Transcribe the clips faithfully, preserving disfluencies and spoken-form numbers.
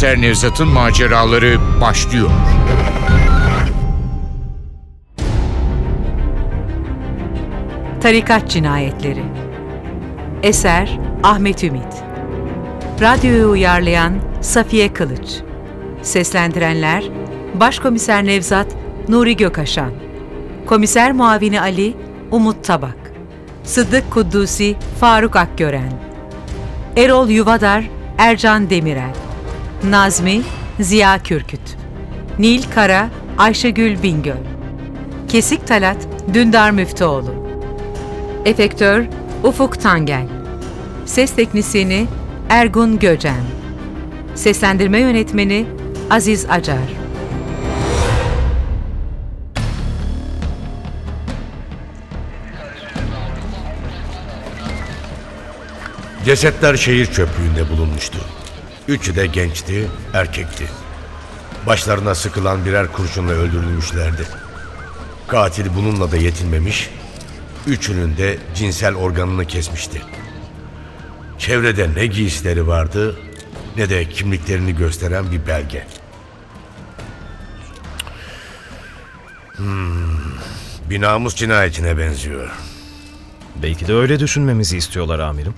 Başkomiser Nevzat'ın maceraları başlıyor. Tarikat Cinayetleri. Eser Ahmet Ümit. Radyoyu uyarlayan Safiye Kılıç. Seslendirenler Başkomiser Nevzat Nuri Gökaşan, Komiser Muavini Ali Umut Tabak, Sıddık Kuddusi Faruk Akgören, Erol Yuvadar Ercan Demirel, Nazmi Ziya Kürküt, Nil Kara Ayşegül Bingöl, Kesik Talat Dündar Müftüoğlu, Efektör Ufuk Tangel, Ses Teknisyeni Ergun Göcen, Seslendirme Yönetmeni Aziz Acar. Cesetler şehir çöplüğünde bulunmuştu. Üçü de gençti, erkekti. Başlarına sıkılan birer kurşunla öldürülmüşlerdi. Katil bununla da yetinmemiş, üçünün de cinsel organını kesmişti. Çevrede ne giysileri vardı, ne de kimliklerini gösteren bir belge. Hmm, bir namus cinayetine benziyor. Belki de öyle düşünmemizi istiyorlar amirim.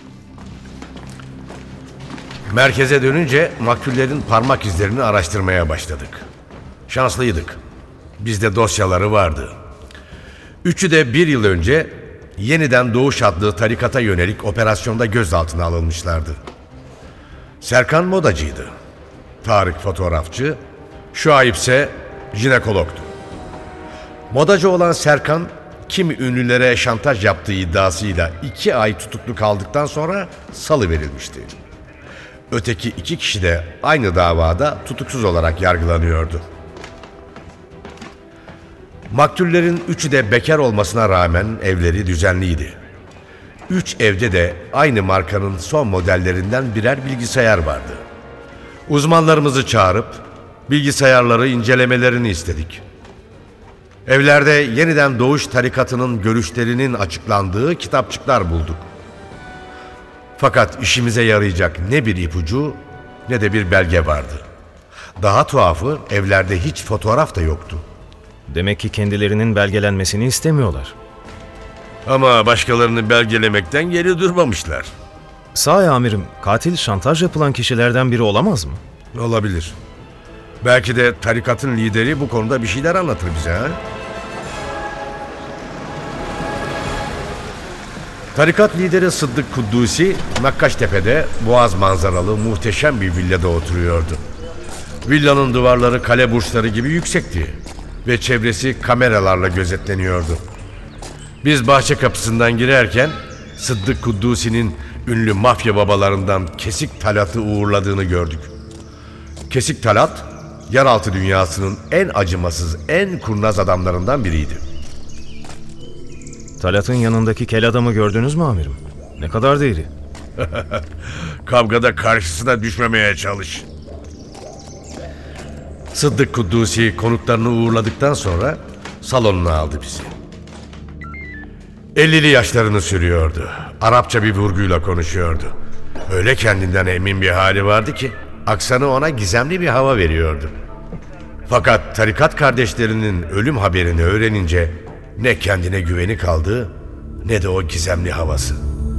Merkeze dönünce maktullerin parmak izlerini araştırmaya başladık. Şanslıydık. Bizde dosyaları vardı. Üçü de bir yıl önce Yeniden Doğuş adlı tarikata yönelik operasyonda gözaltına alınmışlardı. Serkan modacıydı. Tarık fotoğrafçı, Şuayb ise jinekologtu. Modacı olan Serkan, kimi ünlülere şantaj yaptığı iddiasıyla iki ay tutuklu kaldıktan sonra salıverilmişti. Öteki iki kişi de aynı davada tutuksuz olarak yargılanıyordu. Maktullerin üçü de bekar olmasına rağmen evleri düzenliydi. Üç evde de aynı markanın son modellerinden birer bilgisayar vardı. Uzmanlarımızı çağırıp bilgisayarları incelemelerini istedik. Evlerde Yeniden Doğuş tarikatının görüşlerinin açıklandığı kitapçıklar bulduk. Fakat işimize yarayacak ne bir ipucu ne de bir belge vardı. Daha tuhafı evlerde hiç fotoğraf da yoktu. Demek ki kendilerinin belgelenmesini istemiyorlar. Ama başkalarını belgelemekten geri durmamışlar. Sahi amirim, katil şantaj yapılan kişilerden biri olamaz mı? Olabilir. Belki de tarikatın lideri bu konuda bir şeyler anlatır bize, ha? Tarikat lideri Sıddık Kuddusi, Nakkaştepe'de boğaz manzaralı muhteşem bir villada oturuyordu. Villanın duvarları kale burçları gibi yüksekti ve çevresi kameralarla gözetleniyordu. Biz bahçe kapısından girerken Sıddık Kuddusi'nin ünlü mafya babalarından Kesik Talat'ı uğurladığını gördük. Kesik Talat, yeraltı dünyasının en acımasız, en kurnaz adamlarından biriydi. Talat'ın yanındaki kel adamı gördünüz mü amirim? Ne kadar da iri. Kavgada karşısına düşmemeye çalış. Sıddık Kuddusi konuklarını uğurladıktan sonra salonuna aldı bizi. ellili yaşlarını sürüyordu. Arapça bir vurguyla konuşuyordu. Öyle kendinden emin bir hali vardı ki aksanı ona gizemli bir hava veriyordu. Fakat tarikat kardeşlerinin ölüm haberini öğrenince ne kendine güveni kaldı ne de o gizemli havası.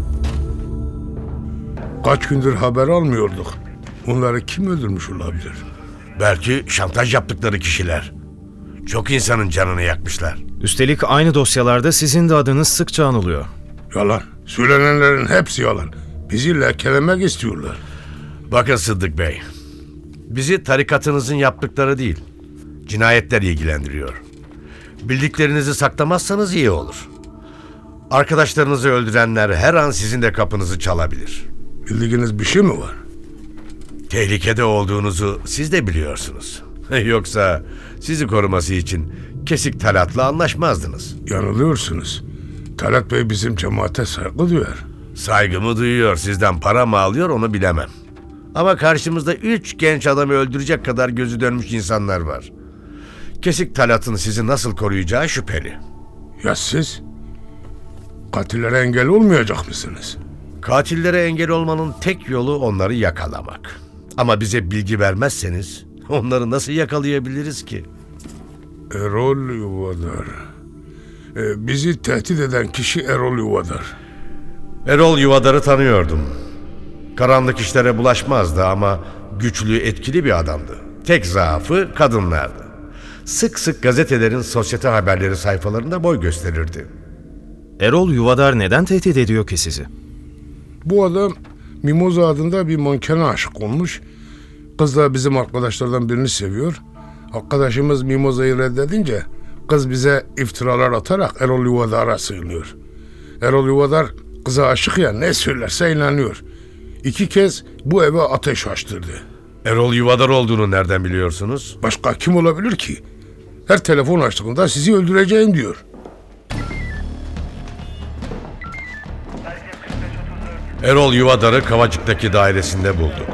Kaç gündür haber almıyorduk. Onları kim öldürmüş olabilir? Belki şantaj yaptıkları kişiler. Çok insanın canını yakmışlar. Üstelik aynı dosyalarda sizin de adınız sıkça anılıyor. Yalan. Söylenenlerin hepsi yalan. Bizi lekelemek istiyorlar. Bakın Sıddık Bey, bizi tarikatınızın yaptıkları değil, cinayetler ilgilendiriyor. Bildiklerinizi saklamazsanız iyi olur. Arkadaşlarınızı öldürenler her an sizin de kapınızı çalabilir. Bildiğiniz bir şey mi var? Tehlikede olduğunuzu siz de biliyorsunuz. Yoksa sizi koruması için Kesik Talat'la anlaşmazdınız. Yanılıyorsunuz. Talat Bey bizim cemaate saygı duyar. Saygımı duyuyor, sizden para mı alıyor onu bilemem. Ama karşımızda üç genç adamı öldürecek kadar gözü dönmüş insanlar var. Kesik Talat'ın sizi nasıl koruyacağı şüpheli. Ya siz? Katillere engel olmayacak mısınız? Katillere engel olmanın tek yolu onları yakalamak. Ama bize bilgi vermezseniz onları nasıl yakalayabiliriz ki? Erol Yuvadar. Ee, bizi tehdit eden kişi Erol Yuvadar. Erol Yuvadar'ı tanıyordum. Karanlık işlere bulaşmazdı ama güçlü, etkili bir adamdı. Tek zaafı kadınlardı. Sık sık gazetelerin sosyete haberleri sayfalarında boy gösterirdi. Erol Yuvadar neden tehdit ediyor ki sizi? Bu adam Mimoza adında bir mankene aşık olmuş. Kız da bizim arkadaşlardan birini seviyor. Arkadaşımız Mimoza'yı reddedince kız bize iftiralar atarak Erol Yuvadar'a sığınıyor. Erol Yuvadar kıza aşık ya, ne söylerse inanıyor. İki kez bu eve ateş açtırdı. Erol Yuvadar olduğunu nereden biliyorsunuz? Başka kim olabilir ki? Her telefon açtığında sizi öldüreceğim diyor. Erol Yuvadar'ı Kavacık'taki dairesinde bulduk.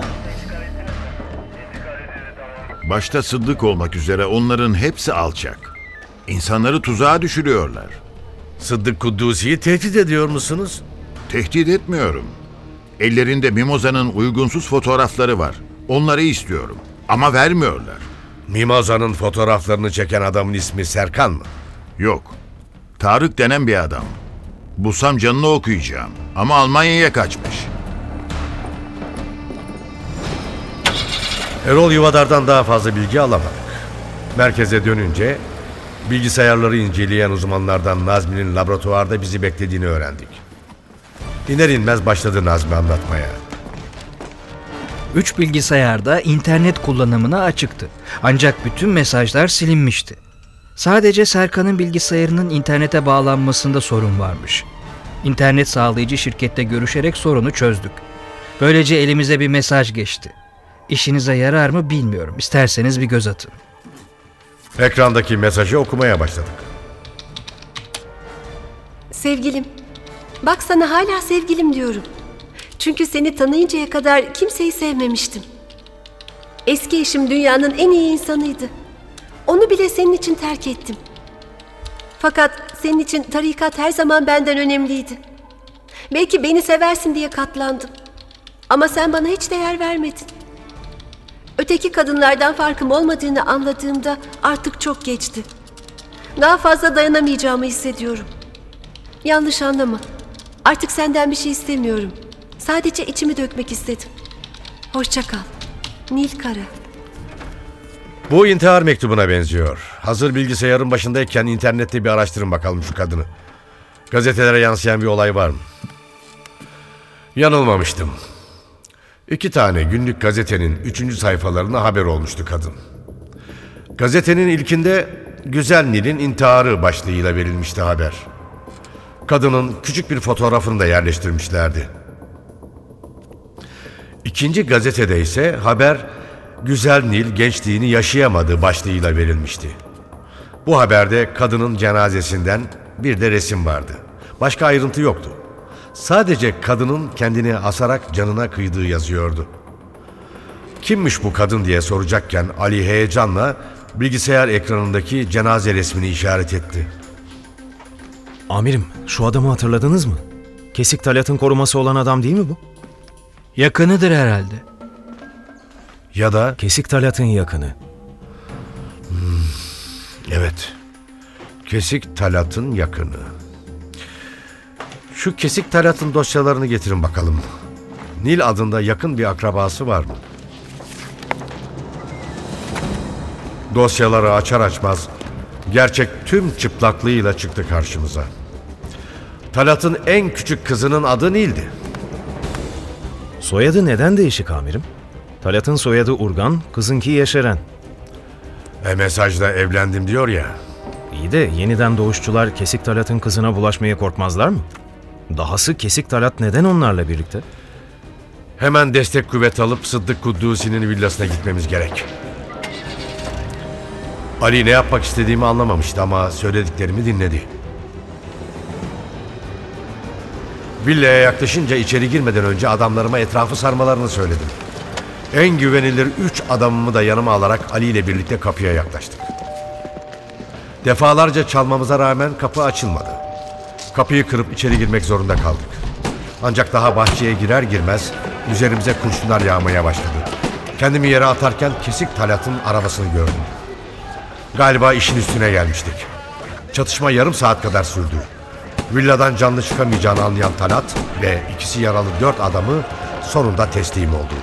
Başta Sıddık olmak üzere onların hepsi alçak. İnsanları tuzağa düşürüyorlar. Sıddık Kuddusi'yi tehdit ediyor musunuz? Tehdit etmiyorum. Ellerinde Mimoza'nın uygunsuz fotoğrafları var. Onları istiyorum. Ama vermiyorlar. Mimoza'nın fotoğraflarını çeken adamın ismi Serkan mı? Yok. Tarık denen bir adam. Bulsam canını okuyacağım. Ama Almanya'ya kaçmış. Erol Yuvadar'dan daha fazla bilgi alamadık. Merkeze dönünce bilgisayarları inceleyen uzmanlardan Nazmi'nin laboratuvarda bizi beklediğini öğrendik. İner inmez başladı Nazmi anlatmaya. Üç bilgisayarda internet kullanımına açıktı. Ancak bütün mesajlar silinmişti. Sadece Serkan'ın bilgisayarının internete bağlanmasında sorun varmış. İnternet sağlayıcı şirkette görüşerek sorunu çözdük. Böylece elimize bir mesaj geçti. İşinize yarar mı bilmiyorum. İsterseniz bir göz atın. Ekrandaki mesajı okumaya başladık. Sevgilim. Bak, sana hala sevgilim diyorum. Çünkü seni tanıyıncaya kadar kimseyi sevmemiştim. Eski eşim dünyanın en iyi insanıydı. Onu bile senin için terk ettim. Fakat senin için tarikat her zaman benden önemliydi. Belki beni seversin diye katlandım. Ama sen bana hiç değer vermedin. Öteki kadınlardan farkım olmadığını anladığımda artık çok geçti. Daha fazla dayanamayacağımı hissediyorum. Yanlış anlama. Artık senden bir şey istemiyorum. Sadece içimi dökmek istedim. Hoşça kal. Nil Kara. Bu intihar mektubuna benziyor. Hazır bilgisayarın başındayken internette bir araştırın bakalım şu kadını. Gazetelere yansıyan bir olay var mı? Yanılmamıştım. İki tane günlük gazetenin üçüncü sayfalarına haber olmuştu kadın. Gazetenin ilkinde Güzel Nil'in intiharı başlığıyla verilmişti haber. Kadının küçük bir fotoğrafını da yerleştirmişlerdi. İkinci gazetede ise haber Güzel Nil gençliğini yaşayamadı başlığıyla verilmişti. Bu haberde kadının cenazesinden bir de resim vardı. Başka ayrıntı yoktu. Sadece kadının kendini asarak canına kıydığı yazıyordu. Kimmiş bu kadın diye soracakken Ali heyecanla bilgisayar ekranındaki cenaze resmini işaret etti. Amirim, şu adamı hatırladınız mı? Kesik Talat'ın koruması olan adam değil mi bu? Yakınıdır herhalde. Ya da Kesik Talat'ın yakını. evet, Kesik Talat'ın yakını. Şu Kesik Talat'ın dosyalarını getirin bakalım. Nil adında yakın bir akrabası var mı? Dosyaları açar açmaz gerçek tüm çıplaklığıyla çıktı karşımıza. Talat'ın en küçük kızının adı Nil'di. Soyadı neden değişik amirim? Talat'ın soyadı Urgan, kızınki Yeşeren. E mesajda evlendim diyor ya. İyi de yeniden doğuşçular Kesik Talat'ın kızına bulaşmaya korkmazlar mı? Dahası Kesik Talat neden onlarla birlikte? Hemen destek kuvvet alıp Sıddık Kuddusi'nin villasına gitmemiz gerek. Ali ne yapmak istediğimi anlamamıştı ama söylediklerimi dinledi. Villaya yaklaşınca içeri girmeden önce adamlarıma etrafı sarmalarını söyledim. En güvenilir üç adamımı da yanıma alarak Ali ile birlikte kapıya yaklaştık. Defalarca çalmamıza rağmen kapı açılmadı. Kapıyı kırıp içeri girmek zorunda kaldık. Ancak daha bahçeye girer girmez üzerimize kurşunlar yağmaya başladı. Kendimi yere atarken Kesik Talat'ın arabasını gördüm. Galiba işin üstüne gelmiştik. Çatışma yarım saat kadar sürdü. Villadan canlı çıkamayacağını anlayan Talat ve ikisi yaralı dört adamı sonunda teslim oldu.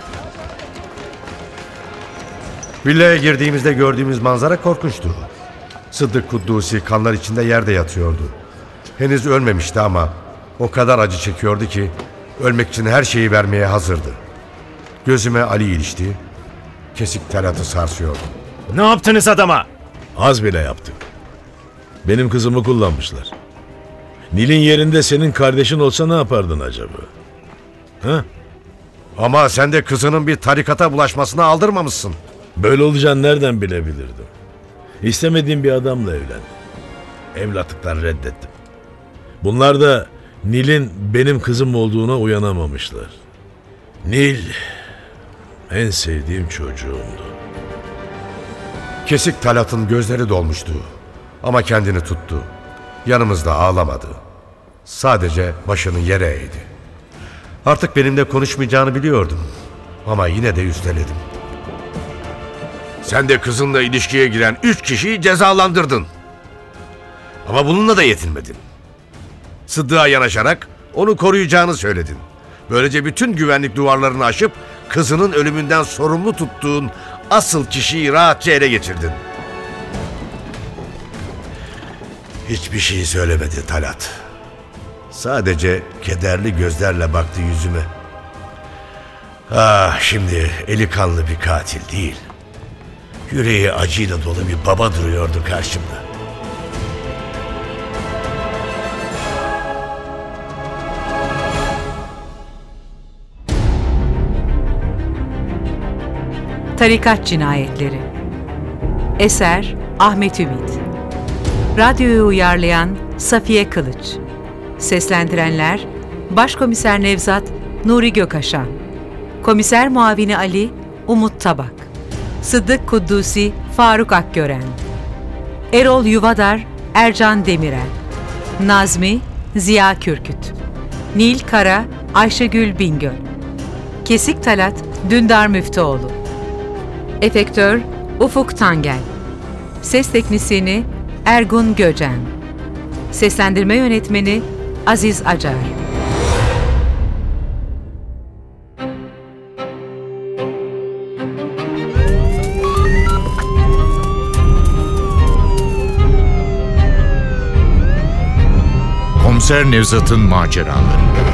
Villaya girdiğimizde gördüğümüz manzara korkunçtu. Sıddık Kuddusi kanlar içinde yerde yatıyordu. Henüz ölmemişti ama o kadar acı çekiyordu ki ölmek için her şeyi vermeye hazırdı. Gözüme Ali ilişti. Kesik Talat'ı sarsıyordu. Ne yaptınız adama? Az bile yaptık. Benim kızımı kullanmışlar. Nil'in yerinde senin kardeşin olsa ne yapardın acaba? Ha? Ama sen de kızının bir tarikata bulaşmasına aldırmamışsın. Böyle olacağını nereden bilebilirdim? İstemediğim bir adamla evlendim. Evlatlıktan reddettim. Bunlar da Nil'in benim kızım olduğuna uyanamamışlar. Nil en sevdiğim çocuğumdu. Kesik Talat'ın gözleri dolmuştu. Ama kendini tuttu. Yanımızda ağlamadı. Sadece başını yere eğdi. Artık benimle konuşmayacağını biliyordum. Ama yine de üsteledim. Sen de kızınla ilişkiye giren üç kişiyi cezalandırdın. Ama bununla da yetinmedin. Sıddık'a yanaşarak onu koruyacağını söyledin. Böylece bütün güvenlik duvarlarını aşıp kızının ölümünden sorumlu tuttuğun asıl kişiyi rahatça ele geçirdin. Hiçbir şey söylemedi Talat. Sadece kederli gözlerle baktı yüzüme. Ah, şimdi eli kanlı bir katil değil. Yüreği acıyla dolu bir baba duruyordu karşımda. Tarikat Cinayetleri. Eser Ahmet Ümit. Radyoyu uyarlayan Safiye Kılıç. Seslendirenler Başkomiser Nevzat Nuri Gökaşan, Komiser Muavini Ali Umut Tabak, Sıddık Kuddusi Faruk Akgören, Erol Yuvadar Ercan Demirel, Nazmi Ziya Kürküt, Nil Kara Ayşegül Bingöl, Kesik Talat Dündar Müftüoğlu, Efektör Ufuk Tangel, Ses Teknisyeni Ergun Göcen, Seslendirme Yönetmeni Aziz Acar. Komiser Nevzat'ın maceraları.